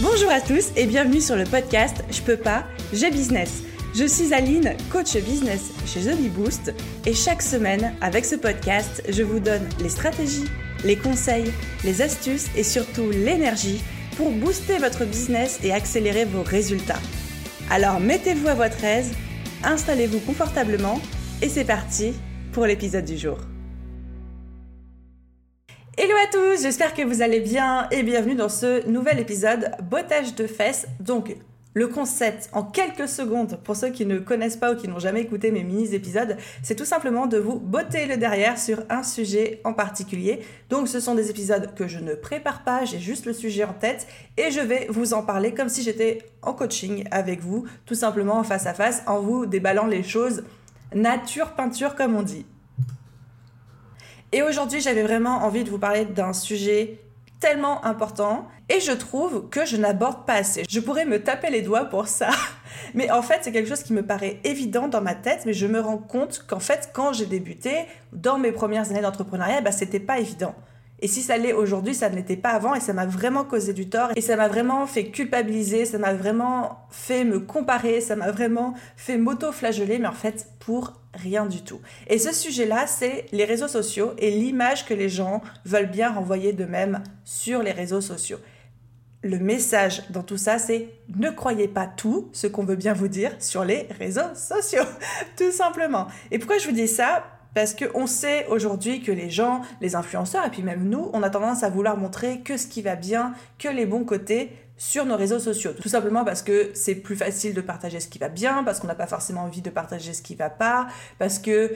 Bonjour à tous et bienvenue sur le podcast Je peux pas, j'ai business. Je suis Aline, coach business chez The Bee Boost et chaque semaine, avec ce podcast, je vous donne les stratégies, les conseils, les astuces et surtout l'énergie pour booster votre business et accélérer vos résultats. Alors mettez-vous à votre aise, installez-vous confortablement et c'est parti pour l'épisode du jour. Hello à tous, j'espère que vous allez bien et bienvenue dans ce nouvel épisode bottage de fesses. Donc le concept en quelques secondes pour ceux qui ne connaissent pas ou qui n'ont jamais écouté mes mini-épisodes, c'est tout simplement de vous botter le derrière sur un sujet en particulier. Donc ce sont des épisodes que je ne prépare pas, j'ai juste le sujet en tête et je vais vous en parler comme si j'étais en coaching avec vous, tout simplement face à face, en vous déballant les choses nature peinture comme on dit. Et aujourd'hui, j'avais vraiment envie de vous parler d'un sujet tellement important et je trouve que je n'aborde pas assez. Je pourrais me taper les doigts pour ça, mais en fait, c'est quelque chose qui me paraît évident dans ma tête, mais je me rends compte qu'en fait, quand j'ai débuté, dans mes premières années d'entrepreneuriat, c'était pas évident. Et si ça l'est aujourd'hui, ça ne l'était pas avant et ça m'a vraiment causé du tort et ça m'a vraiment fait culpabiliser, ça m'a vraiment fait me comparer, ça m'a vraiment fait m'auto-flageller, mais en fait, pour rien du tout. Et ce sujet-là, c'est les réseaux sociaux et l'image que les gens veulent bien renvoyer d'eux-mêmes sur les réseaux sociaux. Le message dans tout ça, c'est ne croyez pas tout ce qu'on veut bien vous dire sur les réseaux sociaux, tout simplement. Et pourquoi je vous dis ça ? Parce qu'on sait aujourd'hui que les gens, les influenceurs et puis même nous, on a tendance à vouloir montrer que ce qui va bien, que les bons côtés sur nos réseaux sociaux. Tout simplement parce que c'est plus facile de partager ce qui va bien, parce qu'on n'a pas forcément envie de partager ce qui va pas, parce que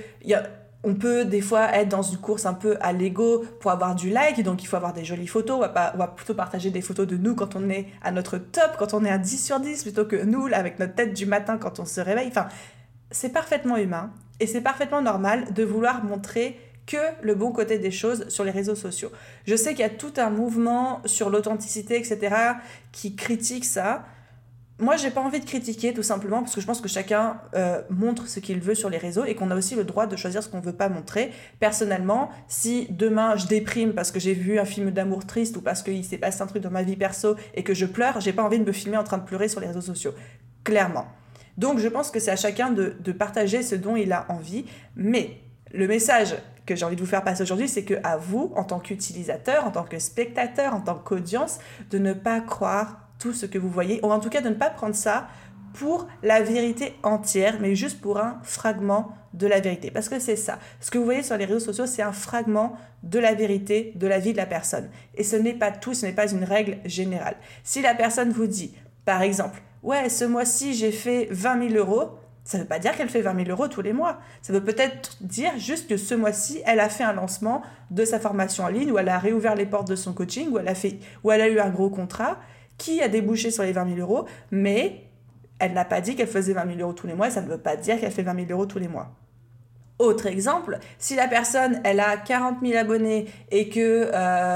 on peut des fois être dans une course un peu à l'ego pour avoir du like, donc il faut avoir des jolies photos, on va plutôt partager des photos de nous quand on est à notre top, quand on est à 10 sur 10, plutôt que nous, là, avec notre tête du matin quand on se réveille. Enfin, c'est parfaitement humain et c'est parfaitement normal de vouloir montrer que le bon côté des choses sur les réseaux sociaux. Je sais qu'il y a tout un mouvement sur l'authenticité, etc., qui critique ça. Moi, j'ai pas envie de critiquer, tout simplement, parce que je pense que chacun montre ce qu'il veut sur les réseaux et qu'on a aussi le droit de choisir ce qu'on veut pas montrer. Personnellement, si demain je déprime parce que j'ai vu un film d'amour triste ou parce qu'il s'est passé un truc dans ma vie perso et que je pleure, j'ai pas envie de me filmer en train de pleurer sur les réseaux sociaux. Clairement. Donc, je pense que c'est à chacun de partager ce dont il a envie. Mais le message que j'ai envie de vous faire passer aujourd'hui, c'est qu'à vous, en tant qu'utilisateur, en tant que spectateur, en tant qu'audience, de ne pas croire tout ce que vous voyez, ou en tout cas de ne pas prendre ça pour la vérité entière, mais juste pour un fragment de la vérité. Parce que c'est ça. Ce que vous voyez sur les réseaux sociaux, c'est un fragment de la vérité, de la vie de la personne. Et ce n'est pas tout, ce n'est pas une règle générale. Si la personne vous dit, par exemple, ouais, ce mois-ci, j'ai fait 20 000 euros, ça ne veut pas dire qu'elle fait 20 000 euros tous les mois. Ça veut peut-être dire juste que ce mois-ci, elle a fait un lancement de sa formation en ligne, ou elle a réouvert les portes de son coaching, ou elle a eu un gros contrat qui a débouché sur les 20 000 euros, mais elle n'a pas dit qu'elle faisait 20 000 euros tous les mois, et ça ne veut pas dire qu'elle fait 20 000 euros tous les mois. Autre exemple, si la personne, elle a 40 000 abonnés et que...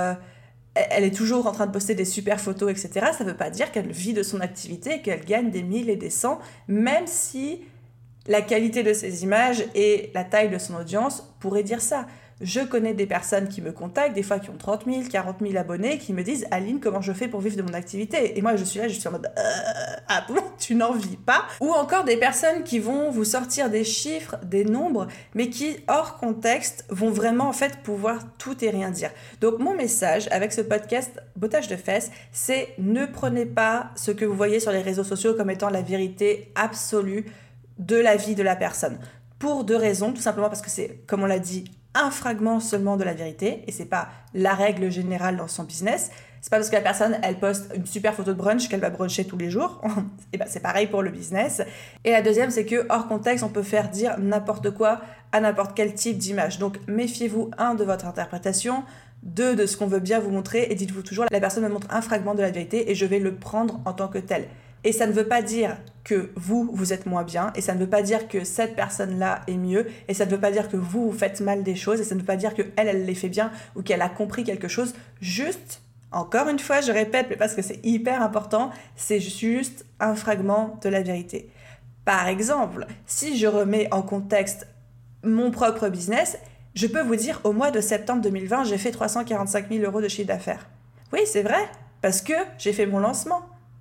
elle est toujours en train de poster des super photos, etc. Ça ne veut pas dire qu'elle vit de son activité et qu'elle gagne des 1000 et des 100, même si la qualité de ses images et la taille de son audience pourraient dire ça. Je connais des personnes qui me contactent, des fois qui ont 30 000, 40 000 abonnés, qui me disent « Aline, comment je fais pour vivre de mon activité ?» Et moi, je suis en mode « Ah bon, tu n'en vis pas ?» Ou encore des personnes qui vont vous sortir des chiffres, des nombres, mais qui, hors contexte, vont vraiment en fait pouvoir tout et rien dire. Donc mon message avec ce podcast « Bottage de fesses », c'est ne prenez pas ce que vous voyez sur les réseaux sociaux comme étant la vérité absolue de la vie de la personne. Pour deux raisons, tout simplement parce que c'est, comme on l'a dit, un fragment seulement de la vérité et c'est pas la règle générale dans son business. C'est pas parce que la personne elle poste une super photo de brunch qu'elle va bruncher tous les jours. Et c'est pareil pour le business. Et la deuxième, c'est que hors contexte, on peut faire dire n'importe quoi à n'importe quel type d'image. Donc méfiez-vous de votre interprétation, de ce qu'on veut bien vous montrer et dites-vous toujours la personne me montre un fragment de la vérité et je vais le prendre en tant que tel. Et ça ne veut pas dire que vous êtes moins bien, et ça ne veut pas dire que cette personne-là est mieux, et ça ne veut pas dire que vous faites mal des choses, et ça ne veut pas dire qu'elle les fait bien, ou qu'elle a compris quelque chose. Juste, encore une fois, je répète, mais parce que c'est hyper important, c'est juste un fragment de la vérité. Par exemple, si je remets en contexte mon propre business, je peux vous dire, au mois de septembre 2020, j'ai fait 345 000 euros de chiffre d'affaires. Oui, c'est vrai, parce que j'ai fait mon lancement.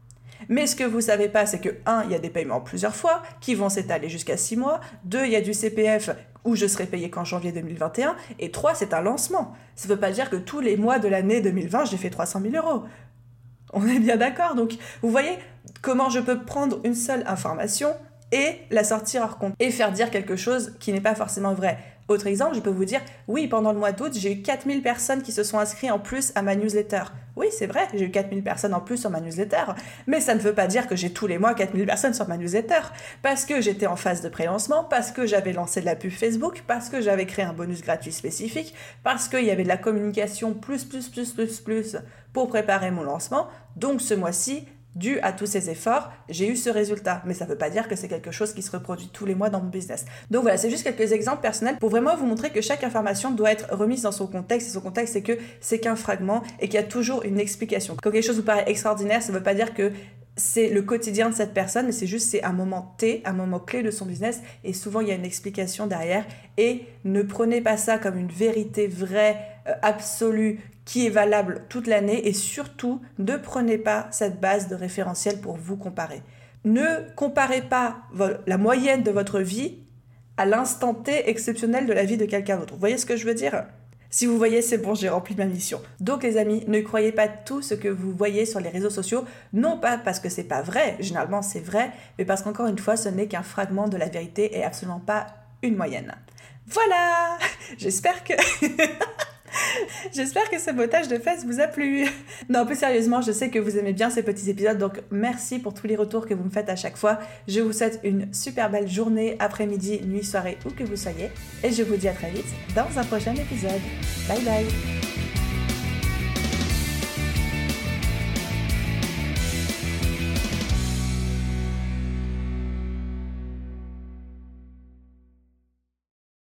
Mais ce que vous savez pas, c'est que 1, il y a des paiements plusieurs fois qui vont s'étaler jusqu'à 6 mois. 2, il y a du CPF où je serai payé qu'en janvier 2021. Et 3, c'est un lancement. Ça veut pas dire que tous les mois de l'année 2020, j'ai fait 300 000 €. On est bien d'accord. Donc, vous voyez comment je peux prendre une seule information et la sortir hors compte et faire dire quelque chose qui n'est pas forcément vrai. Autre exemple, je peux vous dire, oui, pendant le mois d'août, j'ai eu 4000 personnes qui se sont inscrites en plus à ma newsletter. Oui, c'est vrai, j'ai eu 4000 personnes en plus sur ma newsletter, mais ça ne veut pas dire que j'ai tous les mois 4000 personnes sur ma newsletter, parce que j'étais en phase de pré-lancement, parce que j'avais lancé de la pub Facebook, parce que j'avais créé un bonus gratuit spécifique, parce qu'il y avait de la communication plus pour préparer mon lancement. Donc ce mois-ci, dû à tous ces efforts, j'ai eu ce résultat. Mais ça ne veut pas dire que c'est quelque chose qui se reproduit tous les mois dans mon business. Donc voilà, c'est juste quelques exemples personnels pour vraiment vous montrer que chaque information doit être remise dans son contexte. Et son contexte, c'est que c'est qu'un fragment et qu'il y a toujours une explication. Quand quelque chose vous paraît extraordinaire, ça ne veut pas dire que c'est le quotidien de cette personne, mais c'est un moment T, un moment clé de son business, et souvent il y a une explication derrière. Et ne prenez pas ça comme une vérité vraie, absolue, qui est valable toute l'année, et surtout, ne prenez pas cette base de référentiel pour vous comparer. Ne comparez pas la moyenne de votre vie à l'instant T exceptionnel de la vie de quelqu'un d'autre. Vous voyez ce que je veux dire ? Si vous voyez, c'est bon, j'ai rempli ma mission. Donc les amis, ne croyez pas tout ce que vous voyez sur les réseaux sociaux, non pas parce que c'est pas vrai, généralement c'est vrai, mais parce qu'encore une fois, ce n'est qu'un fragment de la vérité et absolument pas une moyenne. Voilà. J'espère que ce botage de fesses vous a plu. Non, plus sérieusement, je sais que vous aimez bien ces petits épisodes, donc merci pour tous les retours que vous me faites à chaque fois. Je vous souhaite une super belle journée, après-midi, nuit, soirée, où que vous soyez. Et je vous dis à très vite dans un prochain épisode. Bye bye.